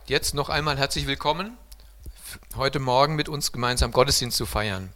Jetzt noch einmal herzlich willkommen, heute Morgen mit uns gemeinsam Gottesdienst zu feiern.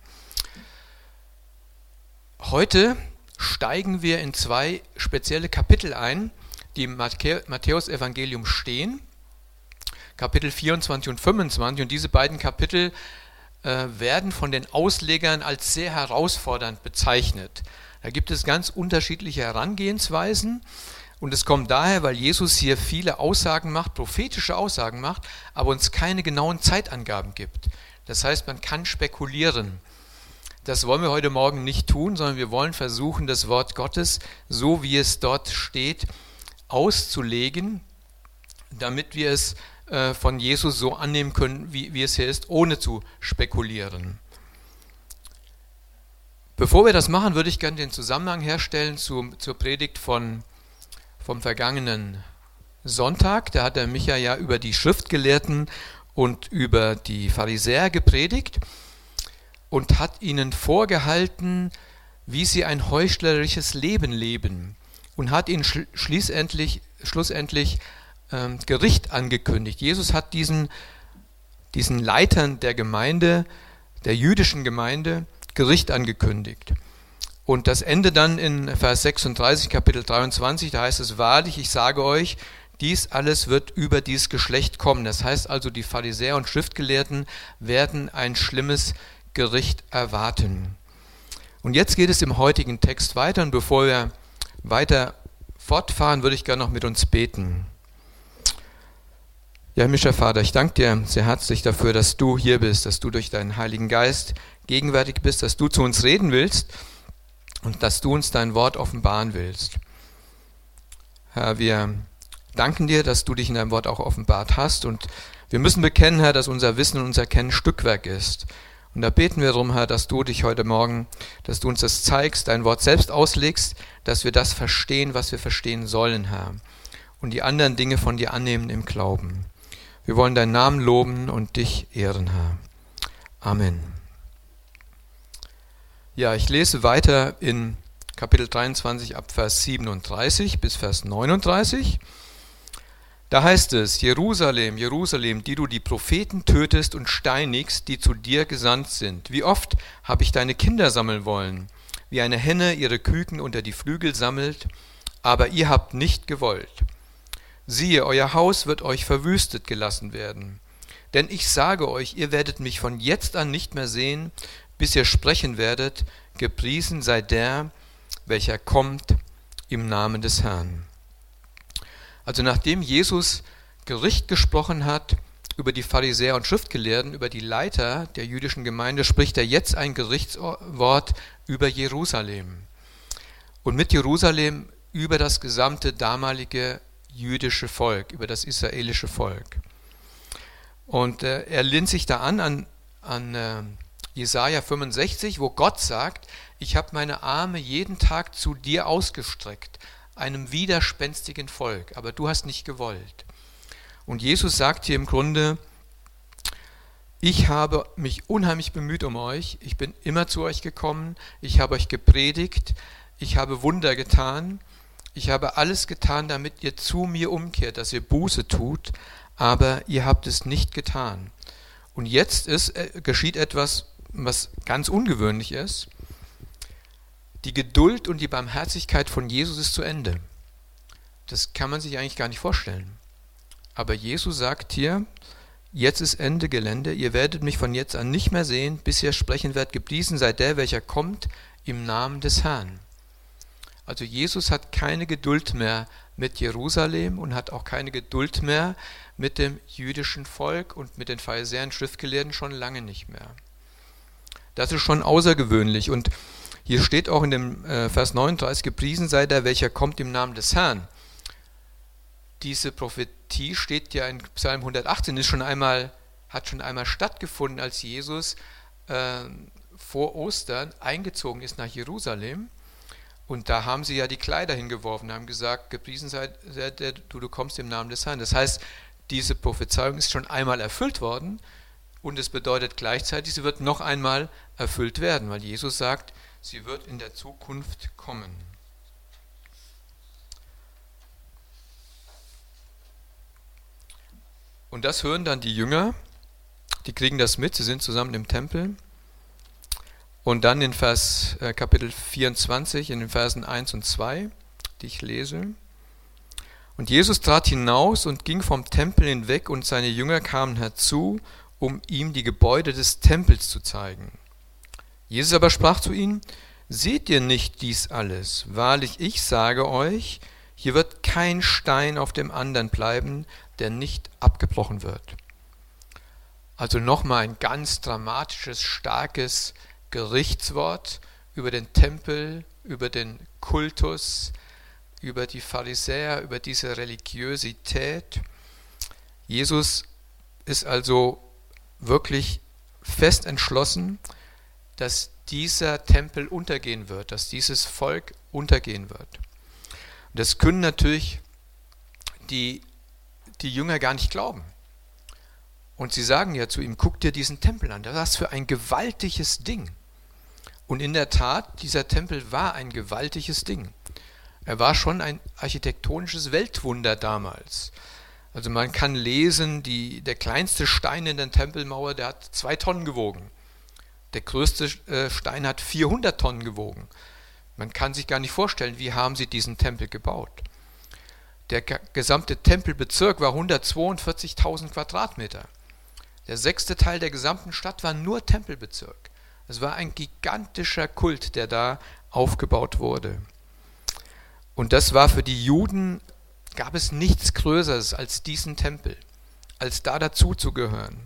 Heute steigen wir in zwei spezielle Kapitel ein, die im Matthäus-Evangelium stehen, Kapitel 24 und 25. Und diese beiden Kapitel werden von den Auslegern als sehr herausfordernd bezeichnet. Da gibt es ganz unterschiedliche Herangehensweisen. Und es kommt daher, weil Jesus hier viele Aussagen macht, prophetische Aussagen macht, aber uns keine genauen Zeitangaben gibt. Das heißt, man kann spekulieren. Das wollen wir heute Morgen nicht tun, sondern wir wollen versuchen, das Wort Gottes, so wie es dort steht, auszulegen, damit wir es von Jesus so annehmen können, wie es hier ist, ohne zu spekulieren. Bevor wir das machen, würde ich gerne den Zusammenhang herstellen zur Predigt vom vergangenen Sonntag. Da hat der Micha ja über die Schriftgelehrten und über die Pharisäer gepredigt und hat ihnen vorgehalten, wie sie ein heuchlerisches Leben leben und hat ihnen schlussendlich Gericht angekündigt. Jesus hat diesen Leitern der Gemeinde, der jüdischen Gemeinde, Gericht angekündigt. Und das Ende dann in Vers 36, Kapitel 23, da heißt es: Wahrlich, ich sage euch, dies alles wird über dieses Geschlecht kommen. Das heißt also, die Pharisäer und Schriftgelehrten werden ein schlimmes Gericht erwarten. Und jetzt geht es im heutigen Text weiter. Und bevor wir weiter fortfahren, würde ich gerne noch mit uns beten. Ja, himmlischer Vater, ich danke dir sehr herzlich dafür, dass du hier bist, dass du durch deinen Heiligen Geist gegenwärtig bist, dass du zu uns reden willst und dass du uns dein Wort offenbaren willst. Herr, wir danken dir, dass du dich in deinem Wort auch offenbart hast, und wir müssen bekennen, Herr, dass unser Wissen und unser Kennen Stückwerk ist. Und da beten wir darum, Herr, dass du dich heute Morgen, dass du uns das zeigst, dein Wort selbst auslegst, dass wir das verstehen, was wir verstehen sollen, Herr, und die anderen Dinge von dir annehmen im Glauben. Wir wollen deinen Namen loben und dich ehren, Herr. Amen. Ja, ich lese weiter in Kapitel 23 ab Vers 37 bis Vers 39. Da heißt es: Jerusalem, Jerusalem, die du die Propheten tötest und steinigst, die zu dir gesandt sind. Wie oft habe ich deine Kinder sammeln wollen, wie eine Henne ihre Küken unter die Flügel sammelt, aber ihr habt nicht gewollt. Siehe, euer Haus wird euch verwüstet gelassen werden. Denn ich sage euch, ihr werdet mich von jetzt an nicht mehr sehen, bis ihr sprechen werdet: Gepriesen sei der, welcher kommt im Namen des Herrn. Also nachdem Jesus Gericht gesprochen hat über die Pharisäer und Schriftgelehrten, über die Leiter der jüdischen Gemeinde, spricht er jetzt ein Gerichtswort über Jerusalem. Und mit Jerusalem über das gesamte damalige jüdische Volk, über das israelische Volk. Und er lehnt sich da an Jesaja 65, wo Gott sagt: Ich habe meine Arme jeden Tag zu dir ausgestreckt, einem widerspenstigen Volk, aber du hast nicht gewollt. Und Jesus sagt hier im Grunde: Ich habe mich unheimlich bemüht um euch, ich bin immer zu euch gekommen, ich habe euch gepredigt, ich habe Wunder getan, ich habe alles getan, damit ihr zu mir umkehrt, dass ihr Buße tut, aber ihr habt es nicht getan. Und jetzt geschieht etwas, was ganz ungewöhnlich ist. Die Geduld und die Barmherzigkeit von Jesus ist zu Ende. Das kann man sich eigentlich gar nicht vorstellen. Aber Jesus sagt hier: Jetzt ist Ende Gelände, ihr werdet mich von jetzt an nicht mehr sehen, bis ihr sprechen werdet: Gepriesen sei der, welcher kommt im Namen des Herrn. Also Jesus hat keine Geduld mehr mit Jerusalem und hat auch keine Geduld mehr mit dem jüdischen Volk und mit den Pharisäern, Schriftgelehrten schon lange nicht mehr. Das ist schon außergewöhnlich. Und hier steht auch in dem Vers 39: Gepriesen sei der, welcher kommt im Namen des Herrn. Diese Prophetie steht ja in Psalm 118, hat schon einmal stattgefunden, als Jesus vor Ostern eingezogen ist nach Jerusalem. Und da haben sie ja die Kleider hingeworfen, haben gesagt: Gepriesen sei der, du kommst im Namen des Herrn. Das heißt, diese Prophezeiung ist schon einmal erfüllt worden, und es bedeutet gleichzeitig, sie wird noch einmal erfüllt werden, weil Jesus sagt, sie wird in der Zukunft kommen. Und das hören dann die Jünger, die kriegen das mit, sie sind zusammen im Tempel. Und dann in Kapitel 24, in den Versen 1 und 2, die ich lese. Und Jesus trat hinaus und ging vom Tempel hinweg, und seine Jünger kamen herzu, um ihm die Gebäude des Tempels zu zeigen. Jesus aber sprach zu ihnen: Seht ihr nicht dies alles? Wahrlich, ich sage euch, hier wird kein Stein auf dem anderen bleiben, der nicht abgebrochen wird. Also nochmal ein ganz dramatisches, starkes Gerichtswort über den Tempel, über den Kultus, über die Pharisäer, über diese Religiosität. Jesus ist also wirklich fest entschlossen, dass dieser Tempel untergehen wird, dass dieses Volk untergehen wird. Und das können natürlich die Jünger gar nicht glauben. Und sie sagen ja zu ihm: Guck dir diesen Tempel an, das ist für ein gewaltiges Ding. Und in der Tat, dieser Tempel war ein gewaltiges Ding. Er war schon ein architektonisches Weltwunder damals. Also man kann lesen, der kleinste Stein in der Tempelmauer, der hat 2 Tonnen gewogen. Der größte Stein hat 400 Tonnen gewogen. Man kann sich gar nicht vorstellen, wie haben sie diesen Tempel gebaut. Der gesamte Tempelbezirk war 142.000 Quadratmeter. Der 6. Teil der gesamten Stadt war nur Tempelbezirk. Es war ein gigantischer Kult, der da aufgebaut wurde. Und das war für die Juden, gab es nichts Größeres als diesen Tempel, als da dazu zu gehören.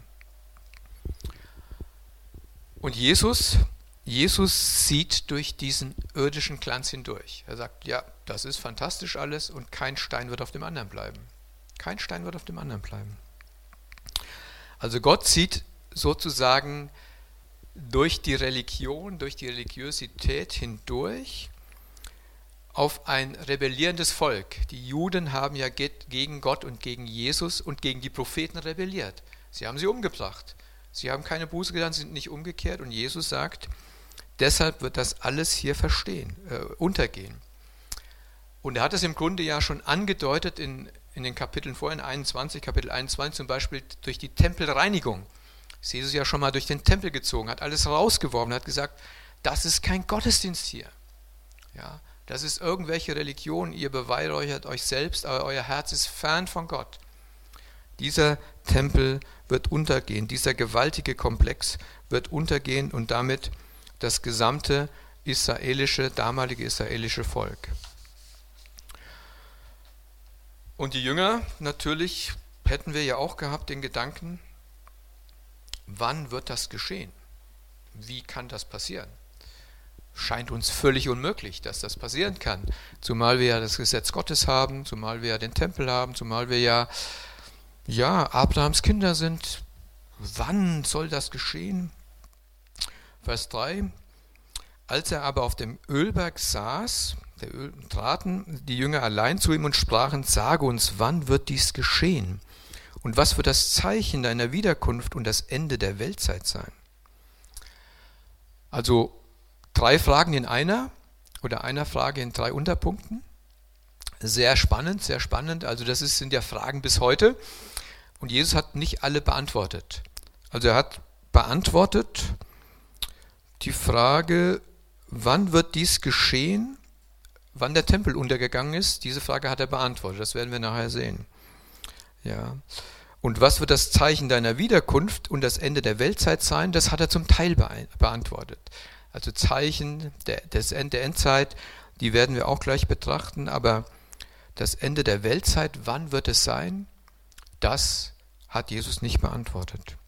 Und Jesus sieht durch diesen irdischen Glanz hindurch. Er sagt: Ja, das ist fantastisch alles, und kein Stein wird auf dem anderen bleiben. Kein Stein wird auf dem anderen bleiben. Also Gott sieht sozusagen durch die Religion, durch die Religiosität hindurch auf ein rebellierendes Volk. Die Juden haben ja gegen Gott und gegen Jesus und gegen die Propheten rebelliert. Sie haben sie umgebracht. Sie haben keine Buße getan, sind nicht umgekehrt, und Jesus sagt: Deshalb wird das alles hier untergehen. Und er hat es im Grunde ja schon angedeutet in den Kapiteln vorhin, Kapitel 21 zum Beispiel, durch die Tempelreinigung. Ist Jesus ja schon mal durch den Tempel gezogen, hat alles rausgeworfen, hat gesagt: Das ist kein Gottesdienst hier. Ja, das ist irgendwelche Religion, ihr beweihräuchert euch selbst, aber euer Herz ist fern von Gott. Dieser Tempel wird untergehen, dieser gewaltige Komplex wird untergehen, und damit das gesamte damalige israelische Volk. Und die Jünger, natürlich hätten wir ja auch gehabt den Gedanken: Wann wird das geschehen? Wie kann das passieren? Scheint uns völlig unmöglich, dass das passieren kann. Zumal wir ja das Gesetz Gottes haben, zumal wir ja den Tempel haben, zumal wir ja Abrahams Kinder sind. Wann soll das geschehen? Vers 3: Als er aber auf dem Ölberg saß, traten die Jünger allein zu ihm und sprachen: Sage uns, wann wird dies geschehen? Und was wird das Zeichen deiner Wiederkunft und das Ende der Weltzeit sein? Also 3 Fragen in einer Frage in 3 Unterpunkten. Sehr spannend, sehr spannend. Also sind ja Fragen bis heute. Und Jesus hat nicht alle beantwortet. Also er hat beantwortet die Frage: Wann wird dies geschehen? Wann der Tempel untergegangen ist? Diese Frage hat er beantwortet. Das werden wir nachher sehen. Ja. Und was wird das Zeichen deiner Wiederkunft und das Ende der Weltzeit sein? Das hat er zum Teil beantwortet. Also Zeichen der Endzeit, die werden wir auch gleich betrachten, aber das Ende der Weltzeit, wann wird es sein? Das hat Jesus nicht beantwortet.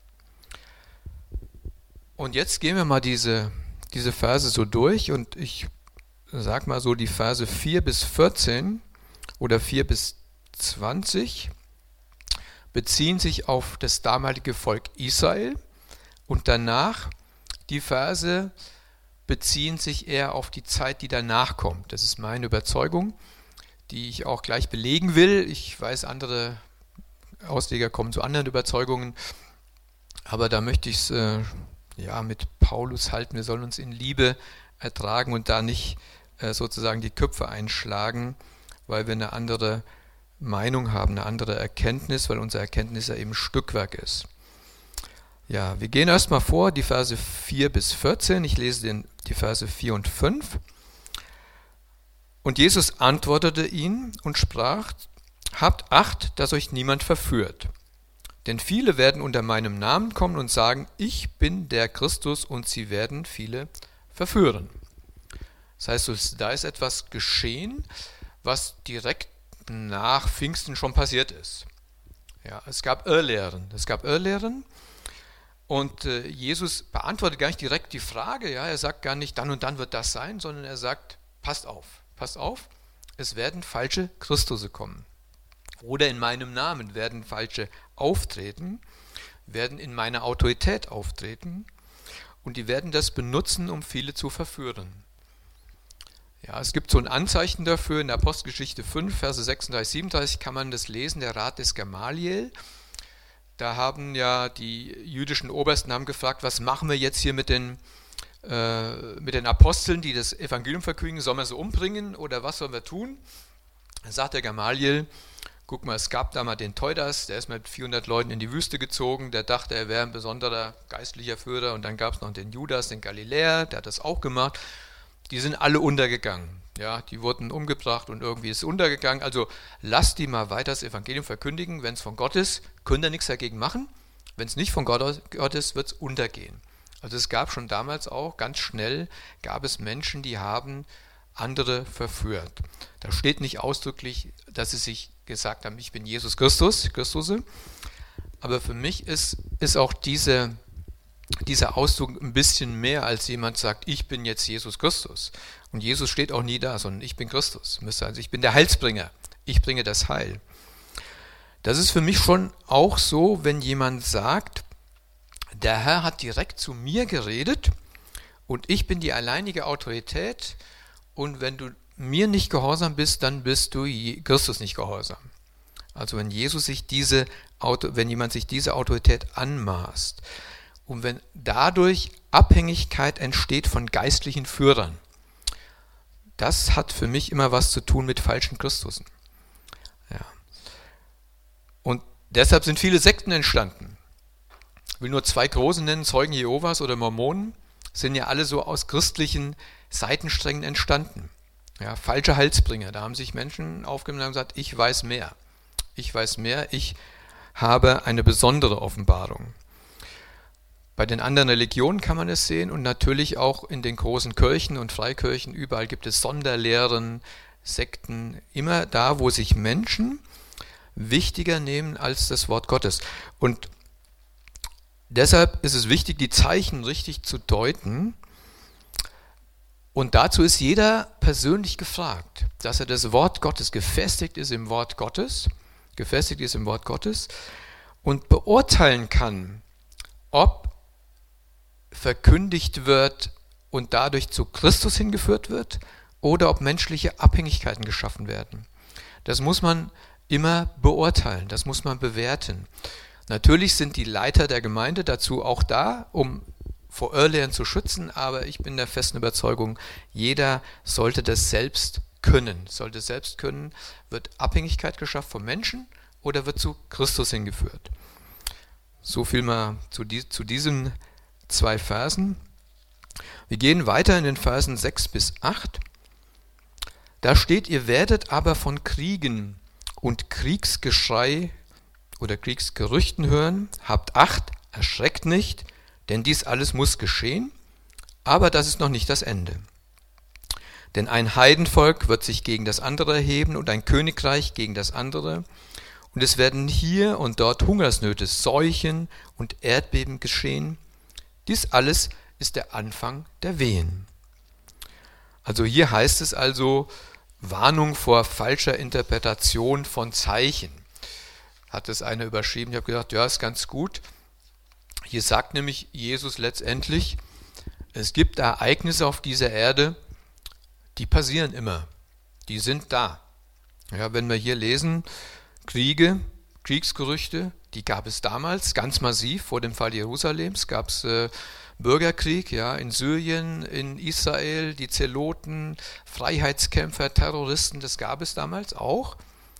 Und jetzt gehen wir mal diese Verse so durch, und ich sag mal so, die Verse 4 bis 14 oder 4 bis 20 beziehen sich auf das damalige Volk Israel, und danach die Verse beziehen sich eher auf die Zeit, die danach kommt. Das ist meine Überzeugung, die ich auch gleich belegen will. Ich weiß, andere Ausleger kommen zu anderen Überzeugungen, aber da möchte ich es mit Paulus halten. Wir sollen uns in Liebe ertragen und da nicht sozusagen die Köpfe einschlagen, weil wir eine andere Meinung haben, eine andere Erkenntnis, weil unsere Erkenntnis ja eben Stückwerk ist. Ja, wir gehen erstmal vor, die Verse 4 bis 14. Ich lese die Verse 4 und 5. Und Jesus antwortete ihnen und sprach: Habt Acht, dass euch niemand verführt. Denn viele werden unter meinem Namen kommen und sagen, ich bin der Christus, und sie werden viele verführen. Das heißt, da ist etwas geschehen, was direkt nach Pfingsten schon passiert ist. Ja, es gab Irrlehren. Und Jesus beantwortet gar nicht direkt die Frage. Ja, er sagt gar nicht, dann und dann wird das sein, sondern er sagt, passt auf, es werden falsche Christusse kommen. Oder in meinem Namen werden falsche auftreten, werden in meiner Autorität auftreten und die werden das benutzen, um viele zu verführen. Ja, es gibt so ein Anzeichen dafür, in der Apostelgeschichte 5, Verse 36, 37 kann man das lesen, der Rat des Gamaliel. Da haben ja die jüdischen Obersten gefragt, was machen wir jetzt hier mit den Aposteln, die das Evangelium verkündigen, sollen wir sie umbringen oder was sollen wir tun? Dann sagt der Gamaliel, guck mal, es gab da mal den Theudas, der ist mit 400 Leuten in die Wüste gezogen, der dachte, er wäre ein besonderer geistlicher Führer, und dann gab es noch den Judas, den Galiläer, der hat das auch gemacht. Die sind alle untergegangen, ja, die wurden umgebracht und irgendwie ist es untergegangen. Also lasst die mal weiter das Evangelium verkündigen, wenn es von Gott ist, könnt ihr nichts dagegen machen, wenn es nicht von Gott ist, wird es untergehen. Also es gab schon damals auch, ganz schnell gab es Menschen, die haben andere verführt. Da steht nicht ausdrücklich, dass sie sich gesagt haben, ich bin Jesus Christus, aber für mich ist auch dieser Ausdruck ein bisschen mehr, als jemand sagt, ich bin jetzt Jesus Christus. Und Jesus steht auch nie da, sondern ich bin Christus. Also ich bin der Heilsbringer, ich bringe das Heil. Das ist für mich schon auch so, wenn jemand sagt, der Herr hat direkt zu mir geredet und ich bin die alleinige Autorität, und wenn du mir nicht gehorsam bist, dann bist du Christus nicht gehorsam. Also wenn jemand sich diese Autorität anmaßt und wenn dadurch Abhängigkeit entsteht von geistlichen Führern, das hat für mich immer was zu tun mit falschen Christusen. Ja. Und deshalb sind viele Sekten entstanden. Ich will nur 2 große nennen, Zeugen Jehovas oder Mormonen, sind ja alle so aus christlichen Seitensträngen entstanden. Ja, falsche Heilsbringer, da haben sich Menschen aufgenommen und gesagt, ich weiß mehr, ich habe eine besondere Offenbarung. Bei den anderen Religionen kann man es sehen und natürlich auch in den großen Kirchen und Freikirchen, überall gibt es Sonderlehren, Sekten, immer da, wo sich Menschen wichtiger nehmen als das Wort Gottes. Und deshalb ist es wichtig, die Zeichen richtig zu deuten. Und dazu ist jeder persönlich gefragt, dass er das Wort Gottes gefestigt ist im Wort Gottes und beurteilen kann, ob verkündigt wird und dadurch zu Christus hingeführt wird oder ob menschliche Abhängigkeiten geschaffen werden. Das muss man immer beurteilen, das muss man bewerten. Natürlich sind die Leiter der Gemeinde dazu auch da, um vor Irrlehren zu schützen, aber ich bin der festen Überzeugung, jeder sollte das selbst können. Wird Abhängigkeit geschaffen vom Menschen oder wird zu Christus hingeführt. So viel mal zu diesen 2 Versen. Wir gehen weiter in den Versen 6 bis 8. Da steht, ihr werdet aber von Kriegen und Kriegsgeschrei oder Kriegsgerüchten hören, habt Acht, erschreckt nicht, denn dies alles muss geschehen, aber das ist noch nicht das Ende. Denn ein Heidenvolk wird sich gegen das andere erheben und ein Königreich gegen das andere, und es werden hier und dort Hungersnöte, Seuchen und Erdbeben geschehen. Dies alles ist der Anfang der Wehen. Also hier heißt es also Warnung vor falscher Interpretation von Zeichen. Hat es einer überschrieben, ich habe gedacht, ja, ist ganz gut. Hier sagt nämlich Jesus letztendlich, es gibt Ereignisse auf dieser Erde, die passieren immer, die sind da. Ja, wenn wir hier lesen, Kriege, Kriegsgerüchte, die gab es damals ganz massiv vor dem Fall Jerusalems, gab es Bürgerkrieg, ja, in Syrien, in Israel, die Zeloten, Freiheitskämpfer, Terroristen, das gab es damals auch.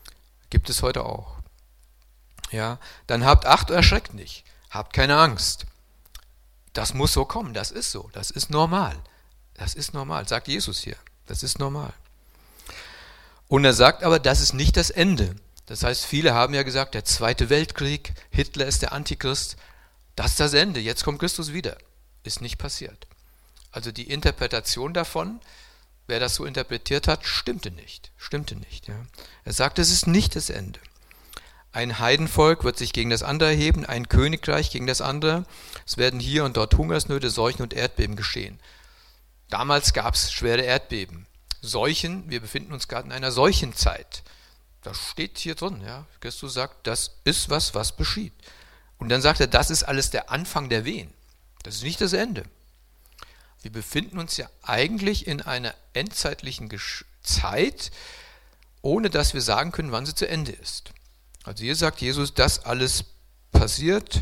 Gibt es heute auch. Ja, dann habt Acht, erschreckt nicht. Habt keine Angst. Das muss so kommen, das ist so, das ist normal. Das ist normal, sagt Jesus hier. Das ist normal. Und er sagt aber, das ist nicht das Ende. Das heißt, viele haben ja gesagt, der Zweite Weltkrieg, Hitler ist der Antichrist, das ist das Ende, jetzt kommt Christus wieder. Ist nicht passiert. Also die Interpretation davon, wer das so interpretiert hat, stimmte nicht. Ja. Er sagt, es ist nicht das Ende. Ein Heidenvolk wird sich gegen das andere erheben, ein Königreich gegen das andere. Es werden hier und dort Hungersnöte, Seuchen und Erdbeben geschehen. Damals gab es schwere Erdbeben. Seuchen, wir befinden uns gerade in einer Seuchenzeit. Das steht hier drin. Ja. Christus sagt, das ist was geschieht. Und dann sagt er, das ist alles der Anfang der Wehen. Das ist nicht das Ende. Wir befinden uns ja eigentlich in einer endzeitlichen Zeit, ohne dass wir sagen können, wann sie zu Ende ist. Also hier sagt Jesus, das alles passiert,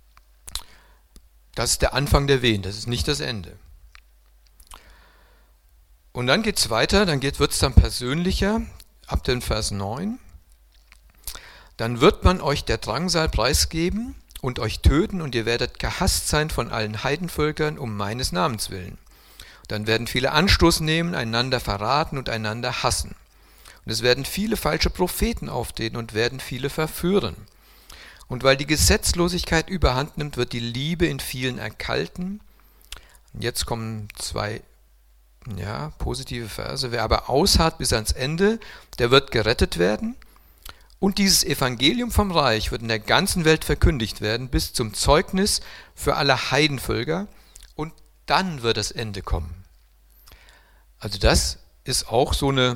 das ist der Anfang der Wehen, das ist nicht das Ende. Und dann geht es weiter, wird es dann persönlicher, ab dem Vers 9. Dann wird man euch der Drangsal preisgeben und euch töten, und ihr werdet gehasst sein von allen Heidenvölkern um meines Namens willen. Dann werden viele Anstoß nehmen, einander verraten und einander hassen. Und es werden viele falsche Propheten auftreten und werden viele verführen. Und weil die Gesetzlosigkeit überhand nimmt, wird die Liebe in vielen erkalten. Und jetzt kommen zwei positive Verse. Wer aber ausharrt bis ans Ende, der wird gerettet werden. Und dieses Evangelium vom Reich wird in der ganzen Welt verkündigt werden, bis zum Zeugnis für alle Heidenvölker. Und dann wird das Ende kommen. Also das ist auch so eine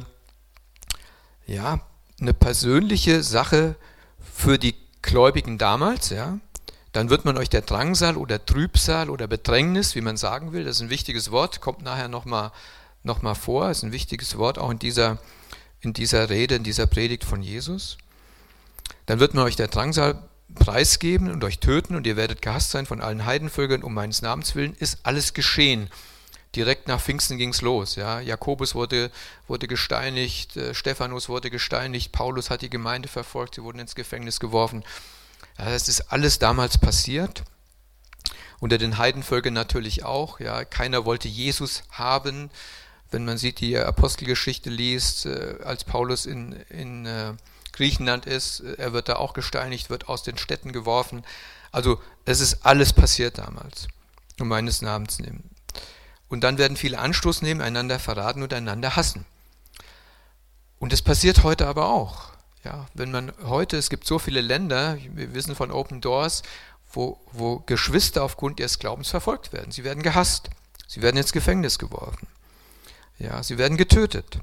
persönliche Sache für die Gläubigen damals. Ja. Dann wird man euch der Drangsal oder Trübsal oder Bedrängnis, wie man sagen will, das ist ein wichtiges Wort, kommt nachher noch mal vor, ist ein wichtiges Wort auch in dieser Rede, in dieser Predigt von Jesus. Dann wird man euch der Drangsal preisgeben und euch töten, und ihr werdet gehasst sein von allen Heidenvölkern um meines Namens willen. Ist alles geschehen. Direkt nach Pfingsten ging es los. Ja. Jakobus wurde gesteinigt, Stephanus wurde gesteinigt, Paulus hat die Gemeinde verfolgt, sie wurden ins Gefängnis geworfen. Ja, das ist alles damals passiert. Unter den Heidenvölkern natürlich auch. Ja. Keiner wollte Jesus haben. Wenn man sieht, die Apostelgeschichte liest, als Paulus in Griechenland ist, er wird da auch gesteinigt, wird aus den Städten geworfen. Also es ist alles passiert damals, um meines Namens nehmen. Und dann werden viele Anstoß nehmen, einander verraten und einander hassen. Und das passiert heute aber auch. Ja, wenn man heute, es gibt so viele Länder, wir wissen von Open Doors, wo Geschwister aufgrund ihres Glaubens verfolgt werden. Sie werden gehasst. Sie werden ins Gefängnis geworfen. Ja, sie werden getötet.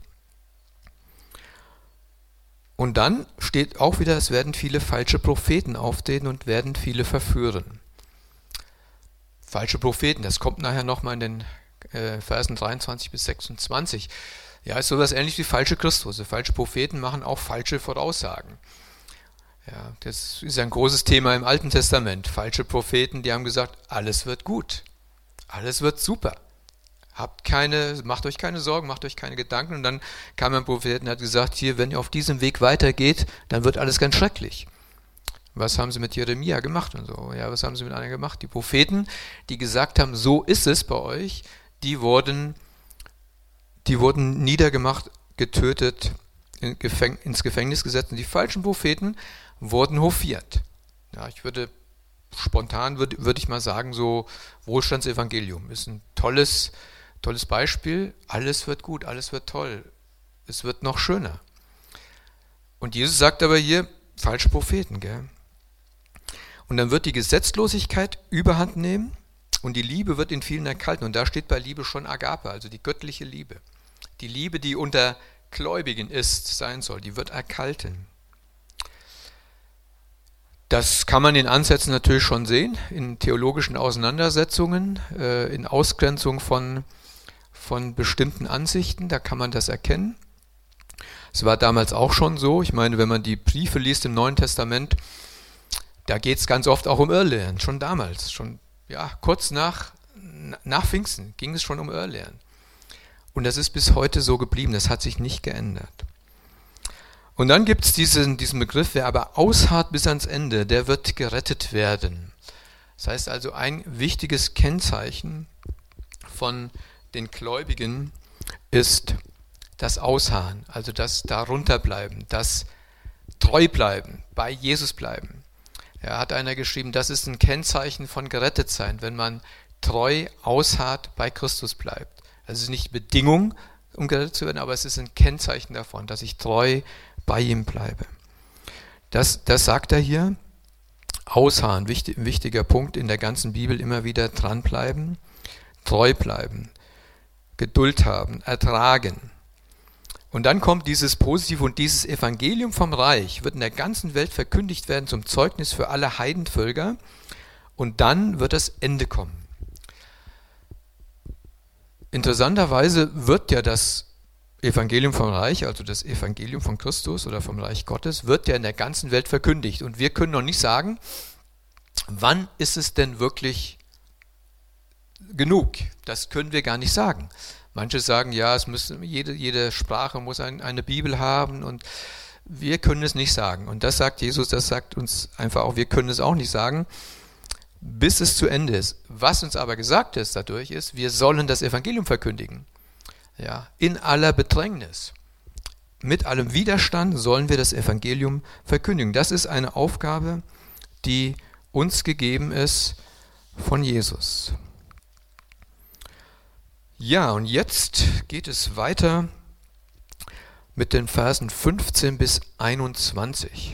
Und dann steht auch wieder, es werden viele falsche Propheten auftreten und werden viele verführen. Falsche Propheten, das kommt nachher nochmal in den Versen 23 bis 26. Ja, ist sowas ähnlich wie falsche Christusse. Falsche Propheten machen auch falsche Voraussagen. Ja, das ist ein großes Thema im Alten Testament. Falsche Propheten, die haben gesagt, alles wird gut. Alles wird super. Macht euch keine Sorgen, macht euch keine Gedanken. Und dann kam ein Prophet und hat gesagt, hier, wenn ihr auf diesem Weg weitergeht, dann wird alles ganz schrecklich. Was haben sie mit Jeremia gemacht und so? Ja, was haben sie mit anderen gemacht? Die Propheten, die gesagt haben, so ist es bei euch, die wurden niedergemacht, getötet, ins Gefängnis gesetzt. Und die falschen Propheten wurden hofiert. Ja, spontan würde ich mal sagen, so Wohlstandsevangelium ist ein tolles Beispiel. Alles wird gut, alles wird toll. Es wird noch schöner. Und Jesus sagt aber hier, falsche Propheten, gell? Und dann wird die Gesetzlosigkeit überhand nehmen und die Liebe wird in vielen erkalten. Und da steht bei Liebe schon Agape, also die göttliche Liebe. Die Liebe, die unter Gläubigen sein soll, die wird erkalten. Das kann man in Ansätzen natürlich schon sehen, in theologischen Auseinandersetzungen, in Ausgrenzung von bestimmten Ansichten, da kann man das erkennen. Es war damals auch schon so, ich meine, wenn man die Briefe liest im Neuen Testament, da geht es ganz oft auch um Irrlehren, schon damals, kurz nach Pfingsten ging es schon um Irrlehren. Und das ist bis heute so geblieben, das hat sich nicht geändert. Und dann gibt es diesen Begriff, wer aber ausharrt bis ans Ende, der wird gerettet werden. Das heißt also, ein wichtiges Kennzeichen von den Gläubigen ist das Ausharren, also das Darunterbleiben, das Treubleiben, bei Jesus bleiben. Ja, hat einer geschrieben, das ist ein Kennzeichen von Gerettetsein, wenn man treu ausharrt, bei Christus bleibt. Also es ist nicht Bedingung, um gerettet zu werden, aber es ist ein Kennzeichen davon, dass ich treu bei ihm bleibe. Das sagt er hier. Ausharren, ein wichtiger Punkt in der ganzen Bibel, immer wieder dranbleiben, treu bleiben, Geduld haben, ertragen. Und dann kommt dieses Positive und dieses Evangelium vom Reich wird in der ganzen Welt verkündigt werden zum Zeugnis für alle Heidenvölker und dann wird das Ende kommen. Interessanterweise wird ja das Evangelium vom Reich, also das Evangelium von Christus oder vom Reich Gottes, wird ja in der ganzen Welt verkündigt. Und wir können noch nicht sagen, wann ist es denn wirklich genug? Das können wir gar nicht sagen. Manche sagen, ja, jede Sprache muss eine Bibel haben und wir können es nicht sagen. Und das sagt Jesus, das sagt uns einfach auch, wir können es auch nicht sagen, bis es zu Ende ist. Was uns aber gesagt ist dadurch ist, wir sollen das Evangelium verkündigen. Ja, in aller Bedrängnis. Mit allem Widerstand sollen wir das Evangelium verkündigen. Das ist eine Aufgabe, die uns gegeben ist von Jesus. Ja, und jetzt geht es weiter mit den Versen 15 bis 21.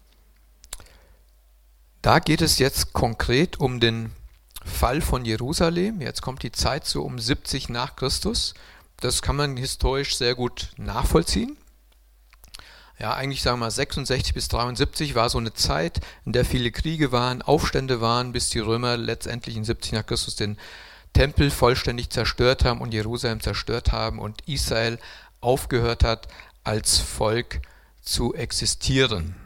Da geht es jetzt konkret um den Fall von Jerusalem. Jetzt kommt die Zeit so um 70 nach Christus. Das kann man historisch sehr gut nachvollziehen. Ja, eigentlich sagen wir mal 66 bis 73 war so eine Zeit, in der viele Kriege waren, Aufstände waren, bis die Römer letztendlich in 70 nach Christus den Tempel vollständig zerstört haben und Jerusalem zerstört haben und Israel aufgehört hat, als Volk zu existieren.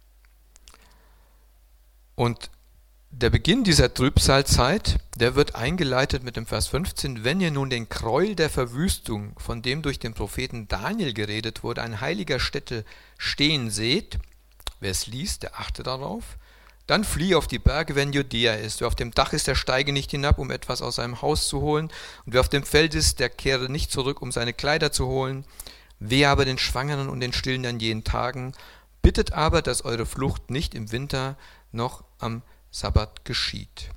Und der Beginn dieser Trübsalzeit, der wird eingeleitet mit dem Vers 15, wenn ihr nun den Gräuel der Verwüstung, von dem durch den Propheten Daniel geredet wurde, an heiliger Stätte stehen seht, wer es liest, der achte darauf, dann fliehe auf die Berge, wenn Judäa ist. Wer auf dem Dach ist, der steige nicht hinab, um etwas aus seinem Haus zu holen. Und wer auf dem Feld ist, der kehre nicht zurück, um seine Kleider zu holen. Wehe aber den Schwangeren und den Stillen an jenen Tagen. Bittet aber, dass eure Flucht nicht im Winter noch am Sabbat geschieht.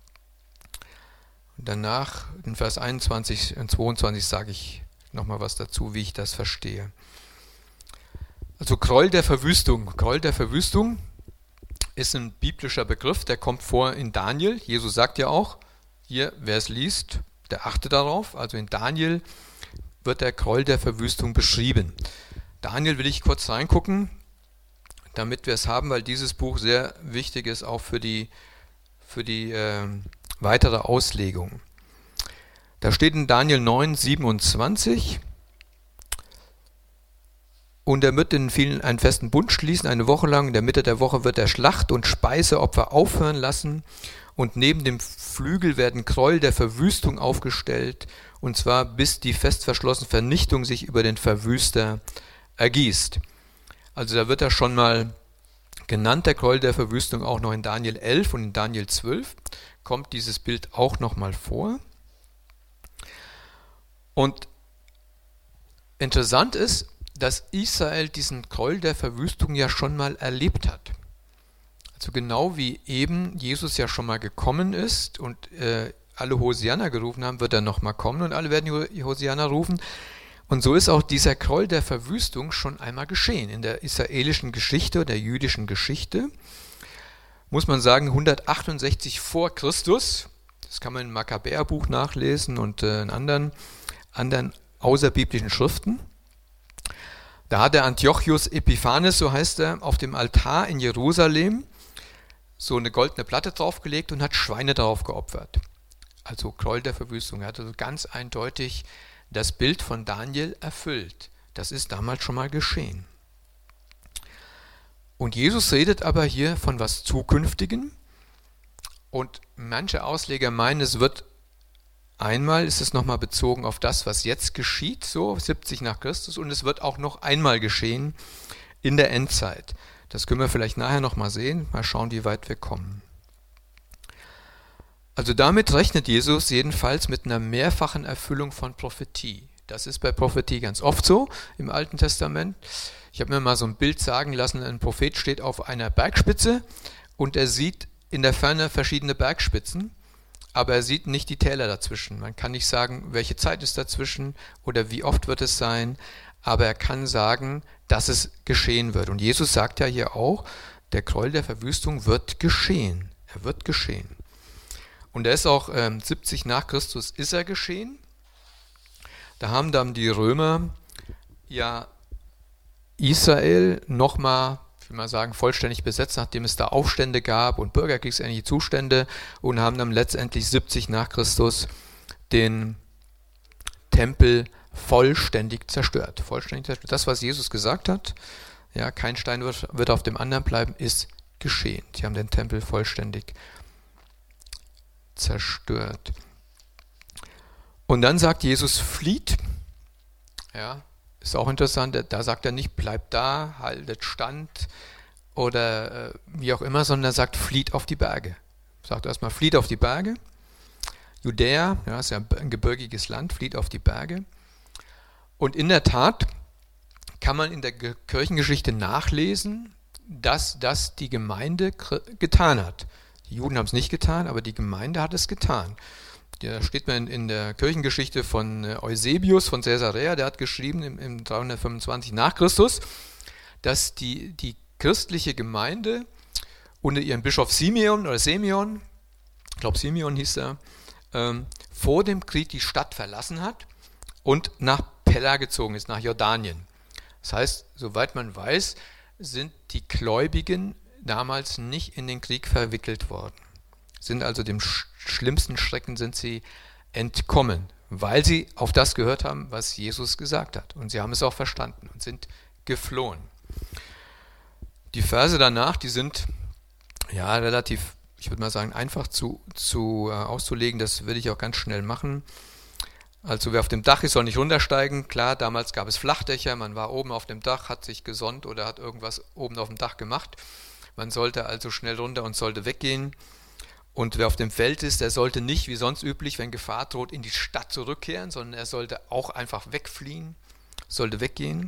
Und danach, in Vers 21 und 22, sage ich nochmal was dazu, wie ich das verstehe. Also Gräuel der Verwüstung. Gräuel der Verwüstung ist ein biblischer Begriff, der kommt vor in Daniel. Jesus sagt ja auch, hier, wer es liest, der achte darauf. Also in Daniel wird der Gräuel der Verwüstung beschrieben. Daniel will ich kurz reingucken, damit wir es haben, weil dieses Buch sehr wichtig ist, auch für die weitere Auslegung. Da steht in Daniel 9, 27, und er wird in vielen einen festen Bund schließen, eine Woche lang. In der Mitte der Woche wird er Schlacht- und Speiseopfer aufhören lassen. Und neben dem Flügel werden Gräuel der Verwüstung aufgestellt, und zwar bis die fest verschlossene Vernichtung sich über den Verwüster ergießt. Also da wird er schon mal genannt, der Gräuel der Verwüstung, auch noch in Daniel 11 und in Daniel 12 kommt dieses Bild auch nochmal vor. Und interessant ist, dass Israel diesen Gräuel der Verwüstung ja schon mal erlebt hat. Also genau wie eben Jesus ja schon mal gekommen ist und alle Hosianna gerufen haben, wird er nochmal kommen und alle werden Hosianna rufen. Und so ist auch dieser Gräuel der Verwüstung schon einmal geschehen. In der israelischen Geschichte, der jüdischen Geschichte, muss man sagen, 168 vor Christus, das kann man im Makkabäerbuch nachlesen und in anderen außerbiblischen Schriften. Da hat der Antiochus Epiphanes, so heißt er, auf dem Altar in Jerusalem so eine goldene Platte draufgelegt und hat Schweine darauf geopfert. Also Gräuel der Verwüstung. Er hat also ganz eindeutig das Bild von Daniel erfüllt. Das ist damals schon mal geschehen. Und Jesus redet aber hier von was Zukünftigem. Und manche Ausleger meinen, einmal ist es nochmal bezogen auf das, was jetzt geschieht, so 70 nach Christus, und es wird auch noch einmal geschehen in der Endzeit. Das können wir vielleicht nachher nochmal sehen. Mal schauen, wie weit wir kommen. Also damit rechnet Jesus jedenfalls mit einer mehrfachen Erfüllung von Prophetie. Das ist bei Prophetie ganz oft so im Alten Testament. Ich habe mir mal so ein Bild sagen lassen, ein Prophet steht auf einer Bergspitze und er sieht in der Ferne verschiedene Bergspitzen, aber er sieht nicht die Täler dazwischen. Man kann nicht sagen, welche Zeit ist dazwischen oder wie oft wird es sein, aber er kann sagen, dass es geschehen wird. Und Jesus sagt ja hier auch, der Gräuel der Verwüstung wird geschehen. Er wird geschehen. Und er ist auch 70 nach Christus ist er geschehen. Da haben dann die Römer ja Israel nochmal, ich will mal sagen, vollständig besetzt, nachdem es da Aufstände gab und bürgerkriegsähnliche Zustände, und haben dann letztendlich 70 nach Christus den Tempel vollständig zerstört. Vollständig zerstört. Das, was Jesus gesagt hat, ja, kein Stein wird auf dem anderen bleiben, ist geschehen. Sie haben den Tempel vollständig zerstört. Und dann sagt Jesus, flieht. Ja, ist auch interessant, da sagt er nicht, bleibt da, haltet stand oder wie auch immer, sondern er sagt, flieht auf die Berge. Sagt erstmal, flieht auf die Berge. Judäa, ja, ist ja ein gebirgiges Land, flieht auf die Berge. Und in der Tat kann man in der Kirchengeschichte nachlesen, dass das die Gemeinde getan hat. Die Juden haben es nicht getan, aber die Gemeinde hat es getan. Da steht man in der Kirchengeschichte von Eusebius von Caesarea, der hat geschrieben im 325 nach Christus, dass die christliche Gemeinde unter ihrem Bischof Simeon, ich glaube Simeon hieß er, vor dem Krieg die Stadt verlassen hat und nach Pella gezogen ist, nach Jordanien. Das heißt, soweit man weiß, sind die Gläubigen damals nicht in den Krieg verwickelt worden. Sind also dem schlimmsten Schrecken sind sie entkommen, weil sie auf das gehört haben, was Jesus gesagt hat. Und sie haben es auch verstanden und sind geflohen. Die Verse danach, die sind ja relativ, ich würde mal sagen, einfach auszulegen. Das will ich auch ganz schnell machen. Also wer auf dem Dach ist, soll nicht runtersteigen. Klar, damals gab es Flachdächer, man war oben auf dem Dach, hat sich gesonnt oder hat irgendwas oben auf dem Dach gemacht. Man sollte also schnell runter und sollte weggehen. Und wer auf dem Feld ist, der sollte nicht, wie sonst üblich, wenn Gefahr droht, in die Stadt zurückkehren, sondern er sollte auch einfach wegfliehen, sollte weggehen.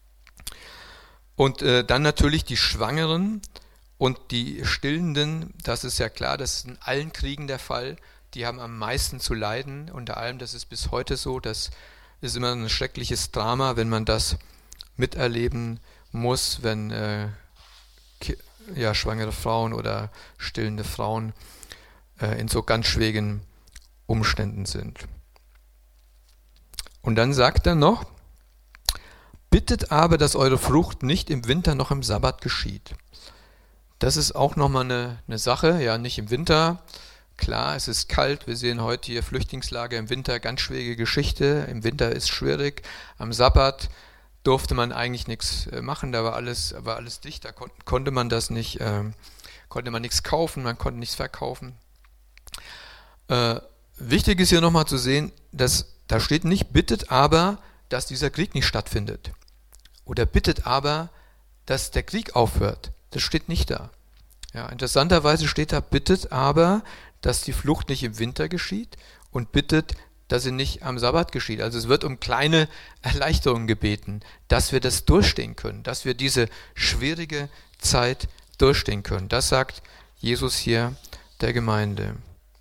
Und dann natürlich die Schwangeren und die Stillenden, das ist ja klar, das ist in allen Kriegen der Fall, die haben am meisten zu leiden. Unter allem, das ist bis heute so, das ist immer ein schreckliches Drama, wenn man das miterleben muss, wenn schwangere Frauen oder stillende Frauen in so ganz schwierigen Umständen sind. Und dann sagt er noch, bittet aber, dass eure Frucht nicht im Winter noch im Sabbat geschieht. Das ist auch nochmal eine Sache, ja, nicht im Winter. Klar, es ist kalt, wir sehen heute hier Flüchtlingslager im Winter, ganz schwierige Geschichte. Im Winter ist schwierig. Am Sabbat durfte man eigentlich nichts machen, da war alles dicht, da konnte man das nicht, konnte man nichts kaufen, man konnte nichts verkaufen. Wichtig ist hier nochmal zu sehen, dass da steht nicht, bittet aber, dass dieser Krieg nicht stattfindet. Oder bittet aber, dass der Krieg aufhört. Das steht nicht da. Ja, interessanterweise steht da, bittet aber, dass die Flucht nicht im Winter geschieht und bittet, dass sie nicht am Sabbat geschieht. Also es wird um kleine Erleichterungen gebeten, dass wir das durchstehen können, dass wir diese schwierige Zeit durchstehen können. Das sagt Jesus hier der Gemeinde.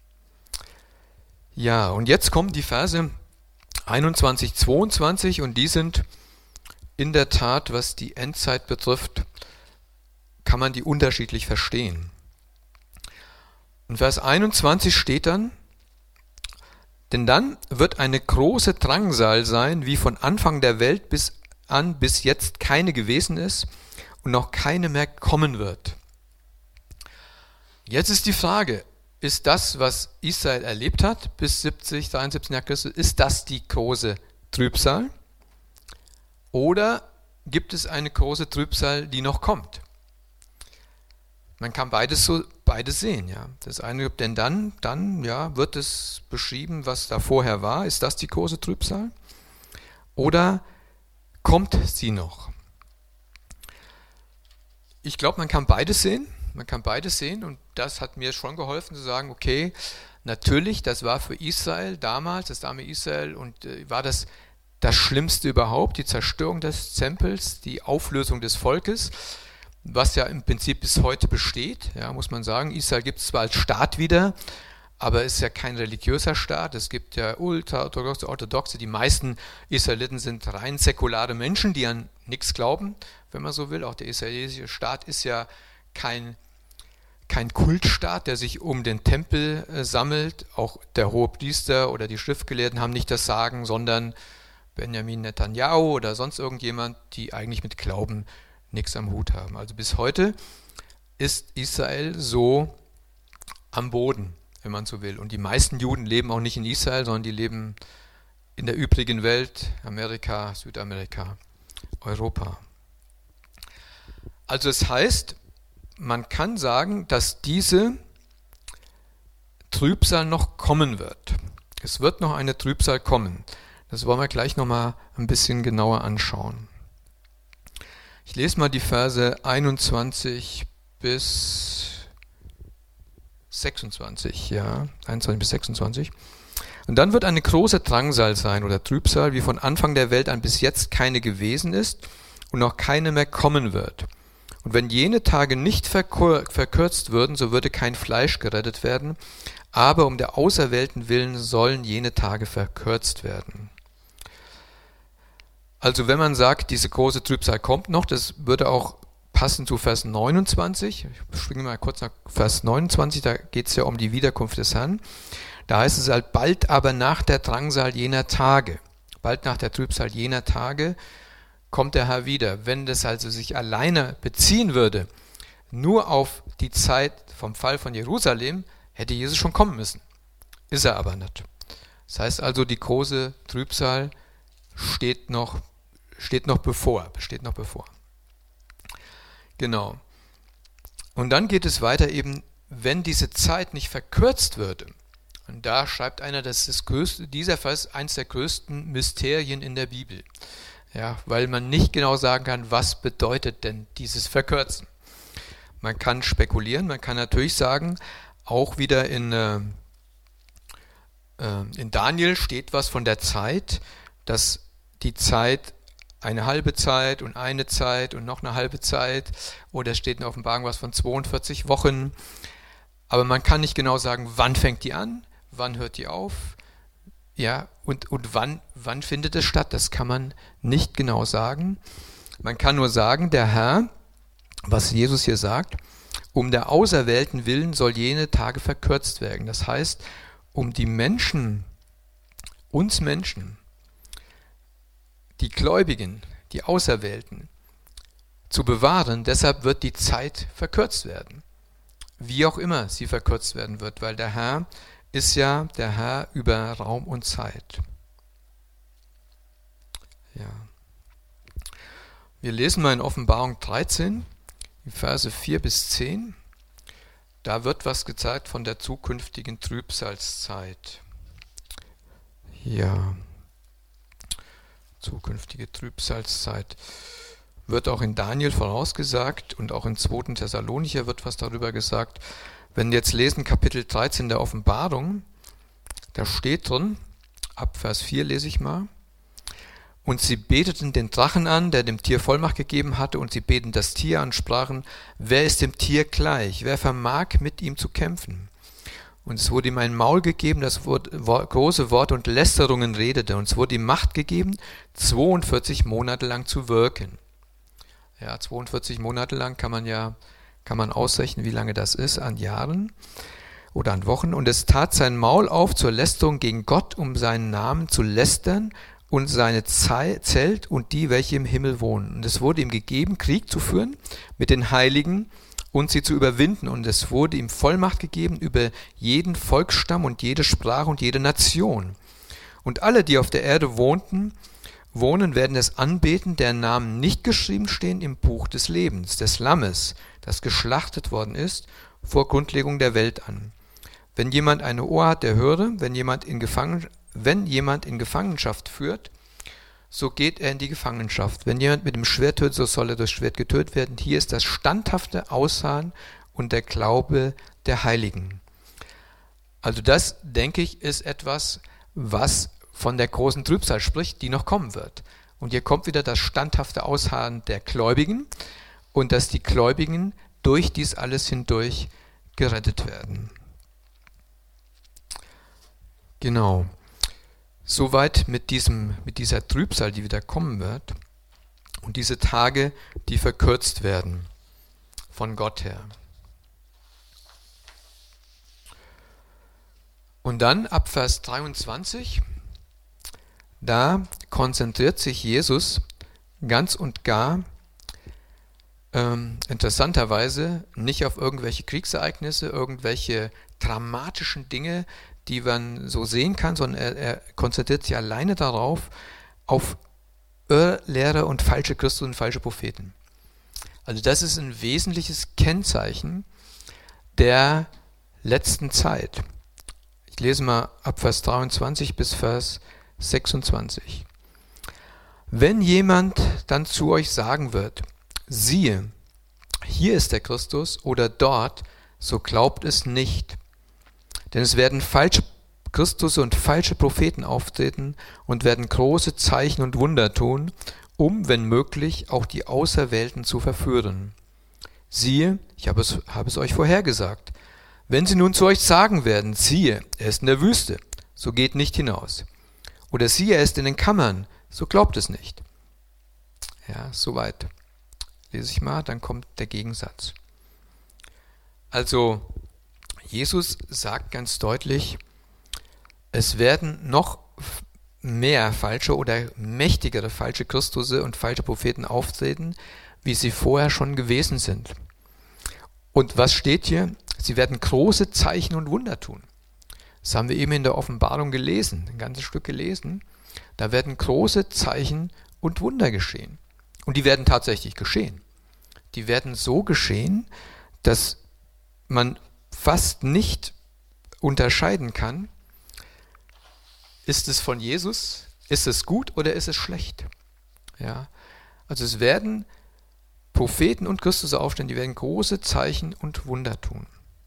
Ja, und jetzt kommen die Verse 21, 22 und die sind in der Tat, was die Endzeit betrifft, kann man die unterschiedlich verstehen. In Vers 21 steht dann, denn dann wird eine große Drangsal sein, wie von Anfang der Welt bis jetzt keine gewesen ist und noch keine mehr kommen wird. Jetzt ist die Frage, ist das, was Israel erlebt hat bis 73 nach Christus, ist das die große Trübsal? Oder gibt es eine große Trübsal, die noch kommt? Man kann beides sehen, ja. Das eine, denn dann wird es beschrieben, was da vorher war. Ist das die große Trübsal? Oder kommt sie noch? Ich glaube, man kann beides sehen. Man kann beides sehen und das hat mir schon geholfen zu sagen, okay, natürlich, das war für Israel damals, das arme Israel, und war das Schlimmste überhaupt, die Zerstörung des Tempels, die Auflösung des Volkes, was ja im Prinzip bis heute besteht, ja, muss man sagen. Israel gibt es zwar als Staat wieder, aber ist ja kein religiöser Staat. Es gibt ja ultraorthodoxe, orthodoxe. Die meisten Israeliten sind rein säkulare Menschen, die an nichts glauben, wenn man so will. Auch der israelische Staat ist ja kein Kultstaat, der sich um den Tempel sammelt. Auch der Hohepriester oder die Schriftgelehrten haben nicht das Sagen, sondern Benjamin Netanyahu oder sonst irgendjemand, die eigentlich mit Glauben nichts am Hut haben. Also bis heute ist Israel so am Boden, wenn man so will. Und die meisten Juden leben auch nicht in Israel, sondern die leben in der übrigen Welt, Amerika, Südamerika, Europa. Also es heißt, man kann sagen, dass diese Trübsal noch kommen wird. Es wird noch eine Trübsal kommen. Das wollen wir gleich nochmal ein bisschen genauer anschauen. Ich lese mal die Verse 21 bis 26, ja, 21 bis 26. Und dann wird eine große Drangsal sein oder Trübsal, wie von Anfang der Welt an bis jetzt keine gewesen ist und noch keine mehr kommen wird. Und wenn jene Tage nicht verkürzt würden, so würde kein Fleisch gerettet werden, aber um der Auserwählten willen sollen jene Tage verkürzt werden. Also wenn man sagt, diese große Trübsal kommt noch, das würde auch passen zu Vers 29. Ich springe mal kurz nach Vers 29, da geht es ja um die Wiederkunft des Herrn. Da heißt es halt, bald aber nach der Drangsal jener Tage, bald nach der Trübsal jener Tage, kommt der Herr wieder. Wenn das also sich alleine beziehen würde, nur auf die Zeit vom Fall von Jerusalem, hätte Jesus schon kommen müssen. Ist er aber nicht. Das heißt also, die große Trübsal besteht noch bevor. Genau. Und dann geht es weiter eben, wenn diese Zeit nicht verkürzt würde. Und da schreibt einer, das ist dieser Vers eines der größten Mysterien in der Bibel. Ja, weil man nicht genau sagen kann, was bedeutet denn dieses Verkürzen. Man kann spekulieren, man kann natürlich sagen, auch wieder in Daniel steht was von der Zeit, dass die Zeit eine halbe Zeit und eine Zeit und noch eine halbe Zeit, oder steht in der Offenbarung was von 42 Wochen. Aber man kann nicht genau sagen, wann fängt die an, wann hört die auf, ja, und wann findet es statt. Das kann man nicht genau sagen. Man kann nur sagen, der Herr, was Jesus hier sagt, um der Auserwählten willen soll jene Tage verkürzt werden. Das heißt, um die Menschen, uns Menschen, die Gläubigen, die Auserwählten, zu bewahren, deshalb wird die Zeit verkürzt werden. Wie auch immer sie verkürzt werden wird, weil der Herr ist ja der Herr über Raum und Zeit. Ja. Wir lesen mal in Offenbarung 13, die Verse 4 bis 10. Da wird was gezeigt von der zukünftigen Trübsalzeit. Ja. Zukünftige Trübsalzeit wird auch in Daniel vorausgesagt und auch in 2. Thessalonicher wird was darüber gesagt. Wenn wir jetzt lesen Kapitel 13 der Offenbarung, da steht drin, ab Vers 4 lese ich mal, und sie beteten den Drachen an, der dem Tier Vollmacht gegeben hatte, und sie beten das Tier an und sprachen, wer ist dem Tier gleich, wer vermag mit ihm zu kämpfen? Und es wurde ihm ein Maul gegeben, das große Worte und Lästerungen redete. Und es wurde ihm Macht gegeben, 42 Monate lang zu wirken. Ja, 42 Monate lang kann man ausrechnen, wie lange das ist, an Jahren oder an Wochen. Und es tat sein Maul auf zur Lästerung gegen Gott, um seinen Namen zu lästern und seine Zelt und die, welche im Himmel wohnen. Und es wurde ihm gegeben, Krieg zu führen mit den Heiligen und sie zu überwinden. Und es wurde ihm Vollmacht gegeben über jeden Volksstamm und jede Sprache und jede Nation. Und alle, die auf der Erde wohnen, werden es anbeten, deren Namen nicht geschrieben stehen im Buch des Lebens, des Lammes, das geschlachtet worden ist, vor Grundlegung der Welt an. Wenn jemand eine Ohr hat, der höre, wenn jemand in Gefangenschaft führt, so geht er in die Gefangenschaft. Wenn jemand mit dem Schwert tötet, so soll er durch Schwert getötet werden. Hier ist das standhafte Ausharren und der Glaube der Heiligen. Also das, denke ich, ist etwas, was von der großen Trübsal spricht, die noch kommen wird. Und hier kommt wieder das standhafte Ausharren der Gläubigen und dass die Gläubigen durch dies alles hindurch gerettet werden. Genau. Soweit mit dieser Trübsal, die wieder kommen wird und diese Tage, die verkürzt werden von Gott her. Und dann ab Vers 23, da konzentriert sich Jesus ganz und gar interessanterweise nicht auf irgendwelche Kriegsereignisse, irgendwelche dramatischen Dinge, die man so sehen kann, sondern er konzentriert sich alleine darauf, auf Irrlehrer und falsche Christen und falsche Propheten. Also das ist ein wesentliches Kennzeichen der letzten Zeit. Ich lese mal ab Vers 23 bis Vers 26. Wenn jemand dann zu euch sagen wird, siehe, hier ist der Christus oder dort, so glaubt es nicht. Denn es werden falsche Christus und falsche Propheten auftreten und werden große Zeichen und Wunder tun, um, wenn möglich, auch die Auserwählten zu verführen. Siehe, ich habe es euch vorhergesagt. Wenn sie nun zu euch sagen werden, siehe, er ist in der Wüste, so geht nicht hinaus. Oder siehe, er ist in den Kammern, so glaubt es nicht. Ja, soweit. Lese ich mal, dann kommt der Gegensatz. Also, Jesus sagt ganz deutlich, es werden noch mehr falsche oder mächtigere falsche Christusse und falsche Propheten auftreten, wie sie vorher schon gewesen sind. Und was steht hier? Sie werden große Zeichen und Wunder tun. Das haben wir eben in der Offenbarung gelesen, ein ganzes Stück gelesen. Da werden große Zeichen und Wunder geschehen. Und die werden tatsächlich geschehen. Die werden so geschehen, dass man fast nicht unterscheiden kann, ist es von Jesus, ist es gut oder ist es schlecht. Ja, also es werden Propheten und Christus aufstehen, die werden große Zeichen und Wunder tun.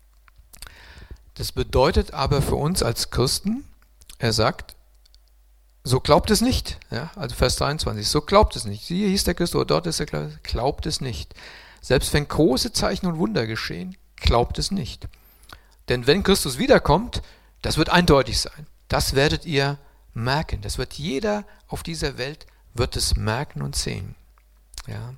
Das bedeutet aber für uns als Christen, er sagt, so glaubt es nicht. Ja, also Vers 23, so glaubt es nicht. Hier hieß der Christus, oder dort ist der Christus, glaubt es nicht. Selbst wenn große Zeichen und Wunder geschehen, glaubt es nicht. Denn wenn Christus wiederkommt, das wird eindeutig sein. Das werdet ihr merken. Das wird jeder auf dieser Welt wird es merken und sehen. Ja.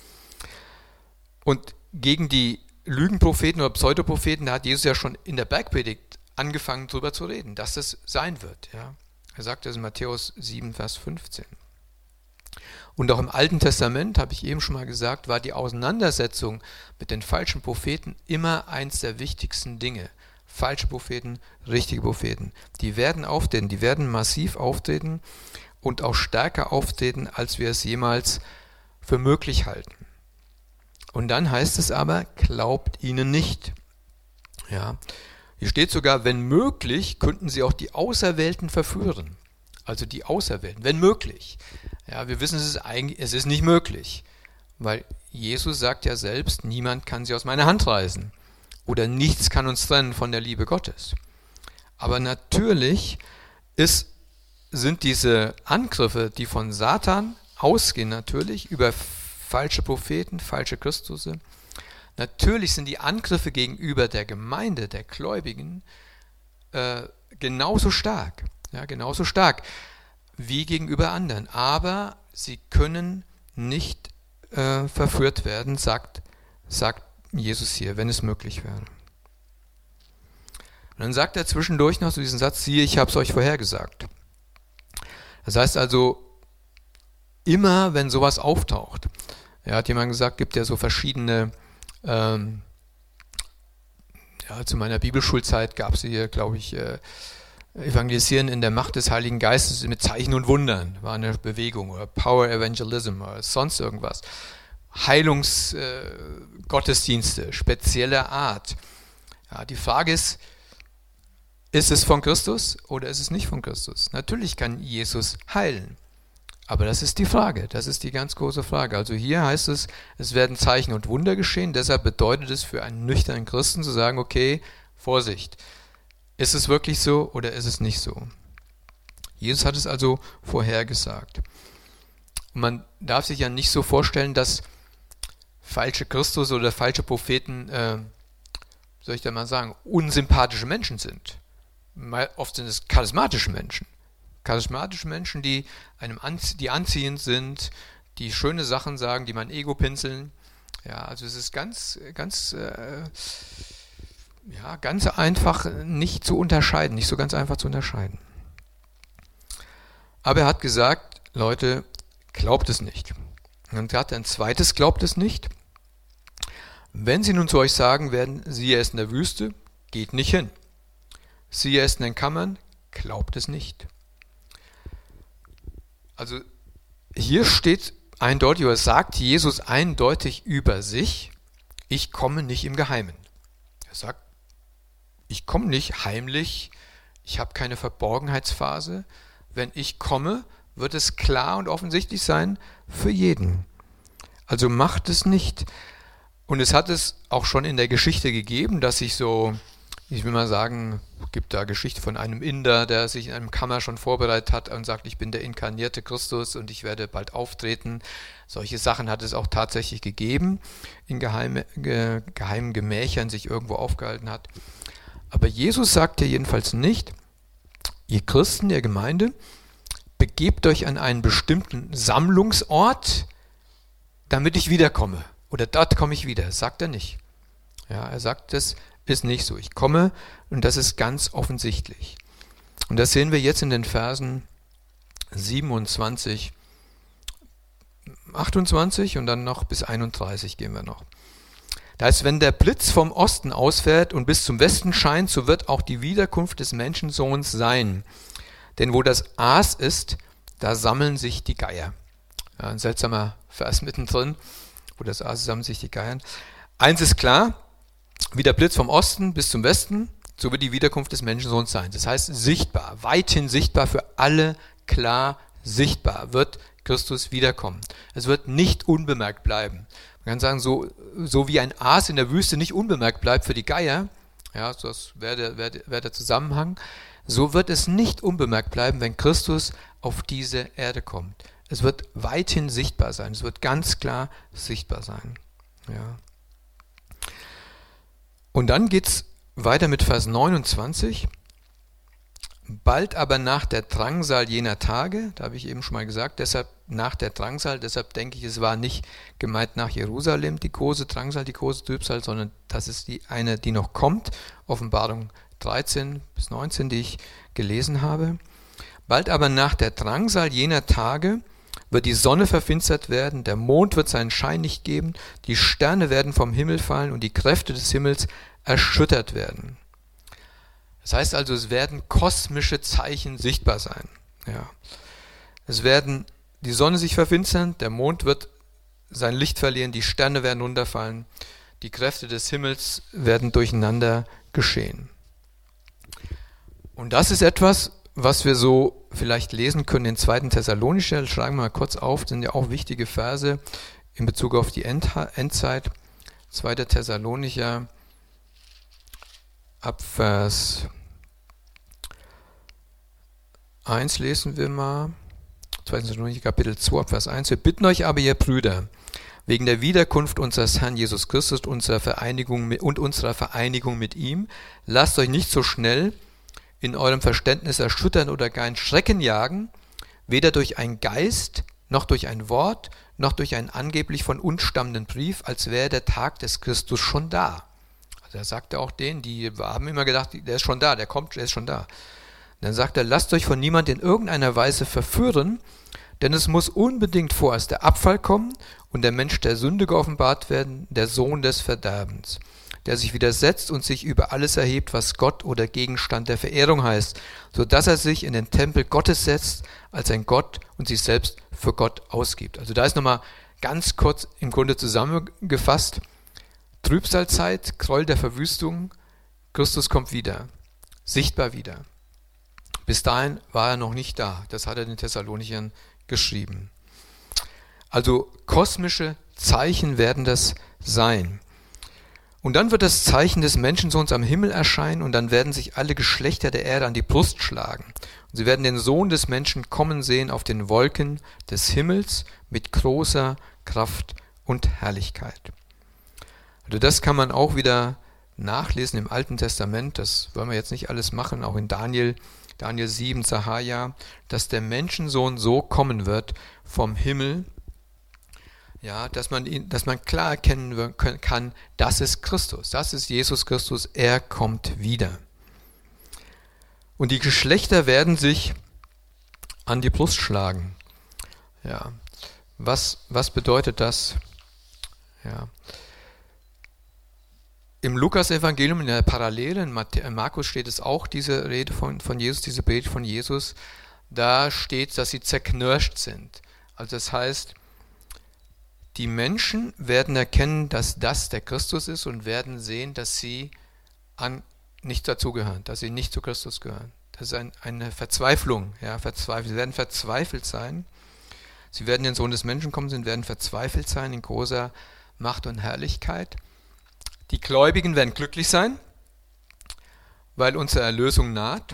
Und gegen die Lügenpropheten oder Pseudopropheten, da hat Jesus ja schon in der Bergpredigt angefangen, darüber zu reden, dass es sein wird. Ja. Er sagt das in Matthäus 7, Vers 15. Und auch im Alten Testament, habe ich eben schon mal gesagt, war die Auseinandersetzung mit den falschen Propheten immer eins der wichtigsten Dinge. Falsche Propheten, richtige Propheten. Die werden auftreten, die werden massiv auftreten und auch stärker auftreten, als wir es jemals für möglich halten. Und dann heißt es aber, glaubt ihnen nicht. Ja. Hier steht sogar, wenn möglich, könnten sie auch die Auserwählten verführen. Also die Auserwählten, wenn möglich. Ja, wir wissen, es ist nicht möglich, weil Jesus sagt ja selbst, niemand kann sie aus meiner Hand reißen oder nichts kann uns trennen von der Liebe Gottes. Aber natürlich sind diese Angriffe, die von Satan ausgehen, natürlich über falsche Propheten, falsche Christusse, natürlich sind die Angriffe gegenüber der Gemeinde, der Gläubigen, genauso stark. Ja, genauso stark wie gegenüber anderen. Aber sie können nicht verführt werden, sagt Jesus hier, wenn es möglich wäre. Und dann sagt er zwischendurch noch so diesen Satz, siehe, ich habe es euch vorhergesagt. Das heißt also, immer wenn sowas auftaucht, hat jemand gesagt, gibt ja so verschiedene, zu meiner Bibelschulzeit gab es hier, glaube ich, Evangelisieren in der Macht des Heiligen Geistes mit Zeichen und Wundern, war eine Bewegung, oder Power Evangelism oder sonst irgendwas. Heilungsgottesdienste, spezieller Art. Ja, die Frage ist es von Christus oder ist es nicht von Christus? Natürlich kann Jesus heilen, Aber das ist die Frage, das ist die ganz große Frage. Also hier heißt es, es werden Zeichen und Wunder geschehen, deshalb bedeutet es für einen nüchternen Christen zu sagen, okay, Vorsicht, ist es wirklich so oder ist es nicht so? Jesus hat es also vorhergesagt. Und man darf sich ja nicht so vorstellen, dass falsche Christus oder falsche Propheten, soll ich da mal sagen, unsympathische Menschen sind. Oft sind es charismatische Menschen. Charismatische Menschen, die anziehend sind, die schöne Sachen sagen, die mein Ego pinseln. Ja, also es ist ganz einfach nicht zu unterscheiden, nicht so ganz einfach zu unterscheiden. Aber er hat gesagt, Leute, glaubt es nicht. Und er hat ein zweites, glaubt es nicht. Wenn sie nun zu euch sagen werden, siehe, er ist in der Wüste, geht nicht hin. Siehe, er ist in den Kammern, glaubt es nicht. Also hier steht eindeutig, oder sagt Jesus eindeutig über sich, ich komme nicht im Geheimen. Er sagt, ich komme nicht heimlich, ich habe keine Verborgenheitsphase. Wenn ich komme, wird es klar und offensichtlich sein für jeden. Also macht es nicht. Und es hat es auch schon in der Geschichte gegeben, dass sich so, ich will mal sagen, es gibt da Geschichte von einem Inder, der sich in einem Kammer schon vorbereitet hat und sagt, ich bin der inkarnierte Christus und ich werde bald auftreten. Solche Sachen hat es auch tatsächlich gegeben, in geheimen Gemächern sich irgendwo aufgehalten hat. Aber Jesus sagte jedenfalls nicht, ihr Christen, ihr Gemeinde, begebt euch an einen bestimmten Sammlungsort, damit ich wiederkomme. Oder dort komme ich wieder. Sagt er nicht. Ja, er sagt, das ist nicht so. Ich komme und das ist ganz offensichtlich. Und das sehen wir jetzt in den Versen 27, 28 und dann noch bis 31 gehen wir noch. Da heißt, wenn der Blitz vom Osten ausfährt und bis zum Westen scheint, so wird auch die Wiederkunft des Menschensohns sein. Denn wo das Aas ist, da sammeln sich die Geier. Ja, ein seltsamer Vers mittendrin. Wo das Aas ist, sammeln sich die Geier. Eins ist klar, wie der Blitz vom Osten bis zum Westen, so wird die Wiederkunft des Menschensohns sein. Das heißt sichtbar, weithin sichtbar, für alle klar sichtbar wird Christus wiederkommen. Es wird nicht unbemerkt bleiben. Man kann sagen, so wie ein Aas in der Wüste nicht unbemerkt bleibt für die Geier, ja, das wäre der Zusammenhang, so wird es nicht unbemerkt bleiben, wenn Christus auf diese Erde kommt. Es wird weithin sichtbar sein, es wird ganz klar sichtbar sein. Ja. Und dann geht es weiter mit Vers 29. Bald aber nach der Drangsal jener Tage, da habe ich eben schon mal gesagt, deshalb nach der Drangsal, deshalb denke ich, es war nicht gemeint nach Jerusalem, die große Drangsal, die große Trübsal, sondern das ist die noch kommt, Offenbarung 13 bis 19, die ich gelesen habe. Bald aber nach der Drangsal jener Tage wird die Sonne verfinstert werden, der Mond wird seinen Schein nicht geben, die Sterne werden vom Himmel fallen und die Kräfte des Himmels erschüttert werden. Das heißt also, es werden kosmische Zeichen sichtbar sein. Ja. Es werden die Sonne sich verfinstern, der Mond wird sein Licht verlieren, die Sterne werden runterfallen, die Kräfte des Himmels werden durcheinander geschehen. Und das ist etwas, was wir so vielleicht lesen können in 2. Thessalonicher, das schlagen wir mal kurz auf, das sind ja auch wichtige Verse in Bezug auf die Endzeit. 2. Thessalonicher ab Vers 1 lesen wir mal. 2. Thessalonicher Kapitel 2 ab Vers 1. Wir bitten euch aber, ihr Brüder, wegen der Wiederkunft unseres Herrn Jesus Christus und unserer Vereinigung mit ihm, lasst euch nicht so schnell in eurem Verständnis erschüttern oder gar in Schrecken jagen, weder durch einen Geist, noch durch ein Wort, noch durch einen angeblich von uns stammenden Brief, als wäre der Tag des Christus schon da. Also er sagte auch denen, die haben immer gedacht, der ist schon da, der kommt, der ist schon da. Und dann sagt er, lasst euch von niemand in irgendeiner Weise verführen, denn es muss unbedingt vorerst der Abfall kommen und der Mensch der Sünde geoffenbart werden, der Sohn des Verderbens, der sich widersetzt und sich über alles erhebt, was Gott oder Gegenstand der Verehrung heißt, so dass er sich in den Tempel Gottes setzt, als ein Gott und sich selbst für Gott ausgibt. Also da ist nochmal ganz kurz im Grunde zusammengefasst, Trübsalzeit, Gräuel der Verwüstung, Christus kommt wieder, sichtbar wieder. Bis dahin war er noch nicht da, das hat er den Thessalonichern geschrieben. Also kosmische Zeichen werden das sein. Und dann wird das Zeichen des Menschensohns am Himmel erscheinen und dann werden sich alle Geschlechter der Erde an die Brust schlagen. Und sie werden den Sohn des Menschen kommen sehen auf den Wolken des Himmels mit großer Kraft und Herrlichkeit. Also das kann man auch wieder nachlesen im Alten Testament, das wollen wir jetzt nicht alles machen, auch in Daniel 7, Sacharja, dass der Menschensohn so kommen wird vom Himmel, ja, dass man klar erkennen kann, das ist Christus, das ist Jesus Christus, er kommt wieder. Und die Geschlechter werden sich an die Brust schlagen. Ja, was bedeutet das? Ja. Im Lukas-Evangelium, in der Parallele, in Markus steht es auch, diese Rede von Jesus, diese Predigt von Jesus, da steht, dass sie zerknirscht sind. Also das heißt, die Menschen werden erkennen, dass das der Christus ist und werden sehen, dass sie nicht dazugehören, dass sie nicht zu Christus gehören. Das ist eine Verzweiflung. Ja, sie werden verzweifelt sein. Sie werden den Sohn des Menschen kommen, sie werden verzweifelt sein in großer Macht und Herrlichkeit. Die Gläubigen werden glücklich sein, weil unsere Erlösung naht.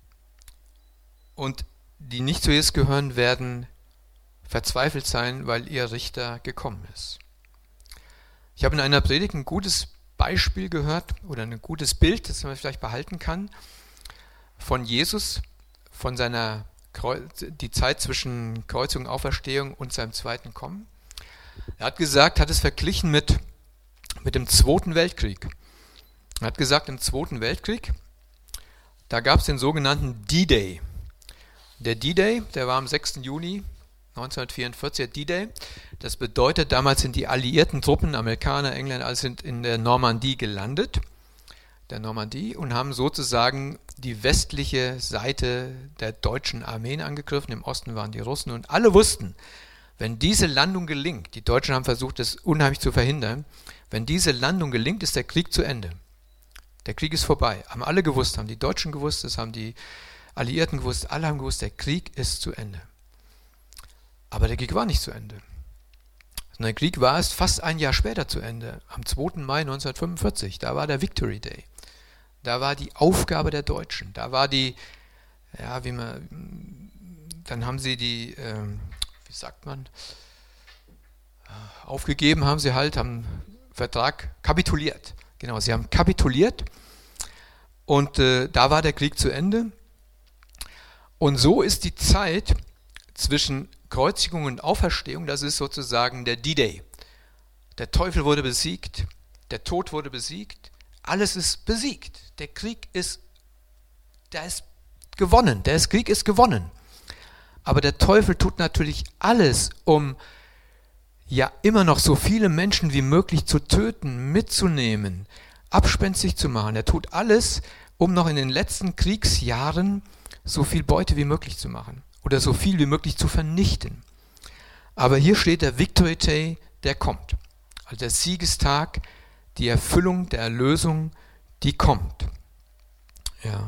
Und die nicht zu Jesus gehören, werden verzweifelt sein, weil ihr Richter gekommen ist. Ich habe in einer Predigt ein gutes Beispiel gehört oder ein gutes Bild, das man vielleicht behalten kann, von Jesus, von die Zeit zwischen Kreuzigung, Auferstehung und seinem zweiten Kommen. Er hat es verglichen mit dem Zweiten Weltkrieg. Er hat gesagt, im Zweiten Weltkrieg, da gab es den sogenannten D-Day. Der D-Day, der war am 6. Juni 1944, D-Day. Das bedeutet, damals sind die alliierten Truppen, Amerikaner, Engländer, alle sind in der Normandie gelandet, und haben sozusagen die westliche Seite der deutschen Armeen angegriffen. Im Osten waren die Russen und alle wussten, wenn diese Landung gelingt, die Deutschen haben versucht, das unheimlich zu verhindern, wenn diese Landung gelingt, ist der Krieg zu Ende. Der Krieg ist vorbei. Haben alle gewusst, haben die Deutschen gewusst, das haben die Alliierten gewusst, alle haben gewusst, der Krieg ist zu Ende. Aber der Krieg war nicht zu Ende. Der Krieg war erst fast ein Jahr später zu Ende, am 2. Mai 1945. Da war der Victory Day. Da war die Aufgabe der Deutschen. Da war dann haben sie aufgegeben haben sie halt, haben Vertrag kapituliert. Genau, sie haben kapituliert und da war der Krieg zu Ende. Und so ist die Zeit zwischen Kreuzigung und Auferstehung, das ist sozusagen der D-Day. Der Teufel wurde besiegt, der Tod wurde besiegt, alles ist besiegt. Der Krieg ist gewonnen, Krieg ist gewonnen. Aber der Teufel tut natürlich alles, um ja immer noch so viele Menschen wie möglich zu töten, mitzunehmen, abspenstig zu machen. Er tut alles, um noch in den letzten Kriegsjahren so viel Beute wie möglich zu machen oder so viel wie möglich zu vernichten. Aber hier steht der Victory Day, der kommt. Also der Siegestag, die Erfüllung der Erlösung, die kommt. Ja.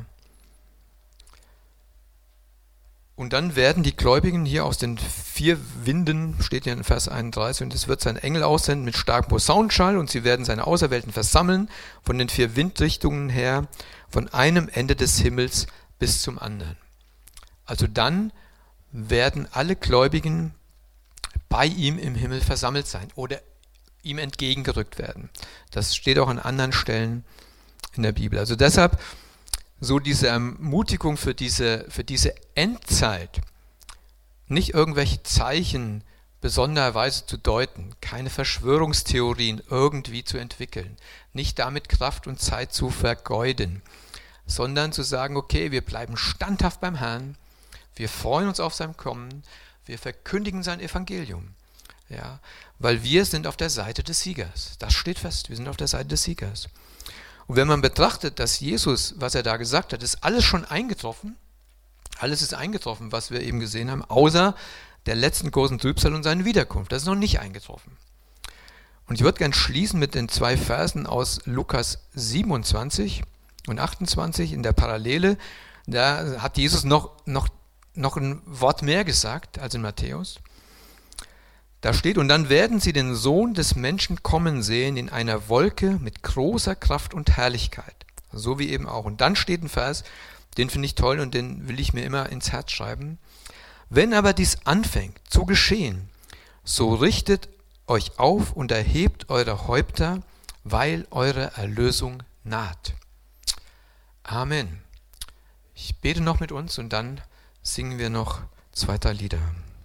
Und dann werden die Gläubigen hier aus den 4 Winden, steht hier in Vers 31, und es wird sein Engel aussenden mit starkem Posaunenschall und sie werden seine Auserwählten versammeln von den 4 Windrichtungen her, von einem Ende des Himmels bis zum anderen. Also dann werden alle Gläubigen bei ihm im Himmel versammelt sein oder ihm entgegengerückt werden. Das steht auch an anderen Stellen in der Bibel. Also deshalb so diese Ermutigung für diese Endzeit, nicht irgendwelche Zeichen besondererweise zu deuten, keine Verschwörungstheorien irgendwie zu entwickeln, nicht damit Kraft und Zeit zu vergeuden, sondern zu sagen, okay, wir bleiben standhaft beim Herrn, wir freuen uns auf sein Kommen, wir verkündigen sein Evangelium. Ja, weil wir sind auf der Seite des Siegers. Das steht fest, wir sind auf der Seite des Siegers. Und wenn man betrachtet, dass Jesus, was er da gesagt hat, ist alles schon eingetroffen, alles ist eingetroffen, was wir eben gesehen haben, außer der letzten großen Trübsal und seine Wiederkunft. Das ist noch nicht eingetroffen. Und ich würde gerne schließen mit den 2 Versen aus Lukas 27 und 28 in der Parallele. Da hat Jesus noch noch ein Wort mehr gesagt als in Matthäus. Da steht, und dann werden sie den Sohn des Menschen kommen sehen in einer Wolke mit großer Kraft und Herrlichkeit. So wie eben auch. Und dann steht ein Vers, den finde ich toll und den will ich mir immer ins Herz schreiben. Wenn aber dies anfängt zu geschehen, so richtet euch auf und erhebt eure Häupter, weil eure Erlösung naht. Amen. Ich bete noch mit uns und dann singen wir noch 2 Lieder.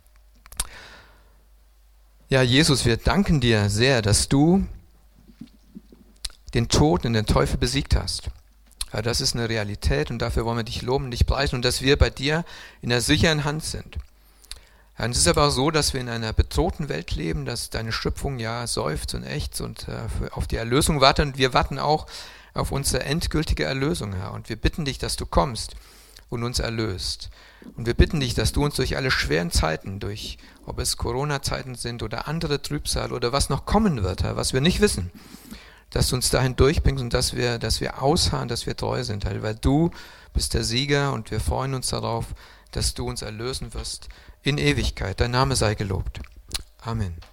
Ja, Jesus, wir danken dir sehr, dass du den Tod und den Teufel besiegt hast. Ja, das ist eine Realität und dafür wollen wir dich loben und dich preisen und dass wir bei dir in der sicheren Hand sind. Ja, und es ist aber auch so, dass wir in einer bedrohten Welt leben, dass deine Schöpfung ja seufzt und ächzt und auf die Erlösung wartet und wir warten auch auf unsere endgültige Erlösung, Herr. Und wir bitten dich, dass du kommst und uns erlöst. Und wir bitten dich, dass du uns durch alle schweren Zeiten, durch ob es Corona-Zeiten sind oder andere Trübsal oder was noch kommen wird, Herr, was wir nicht wissen, dass du uns dahin durchbringst und dass wir ausharren, dass wir treu sind, Herr, weil du bist der Sieger und wir freuen uns darauf, dass du uns erlösen wirst in Ewigkeit. Dein Name sei gelobt. Amen.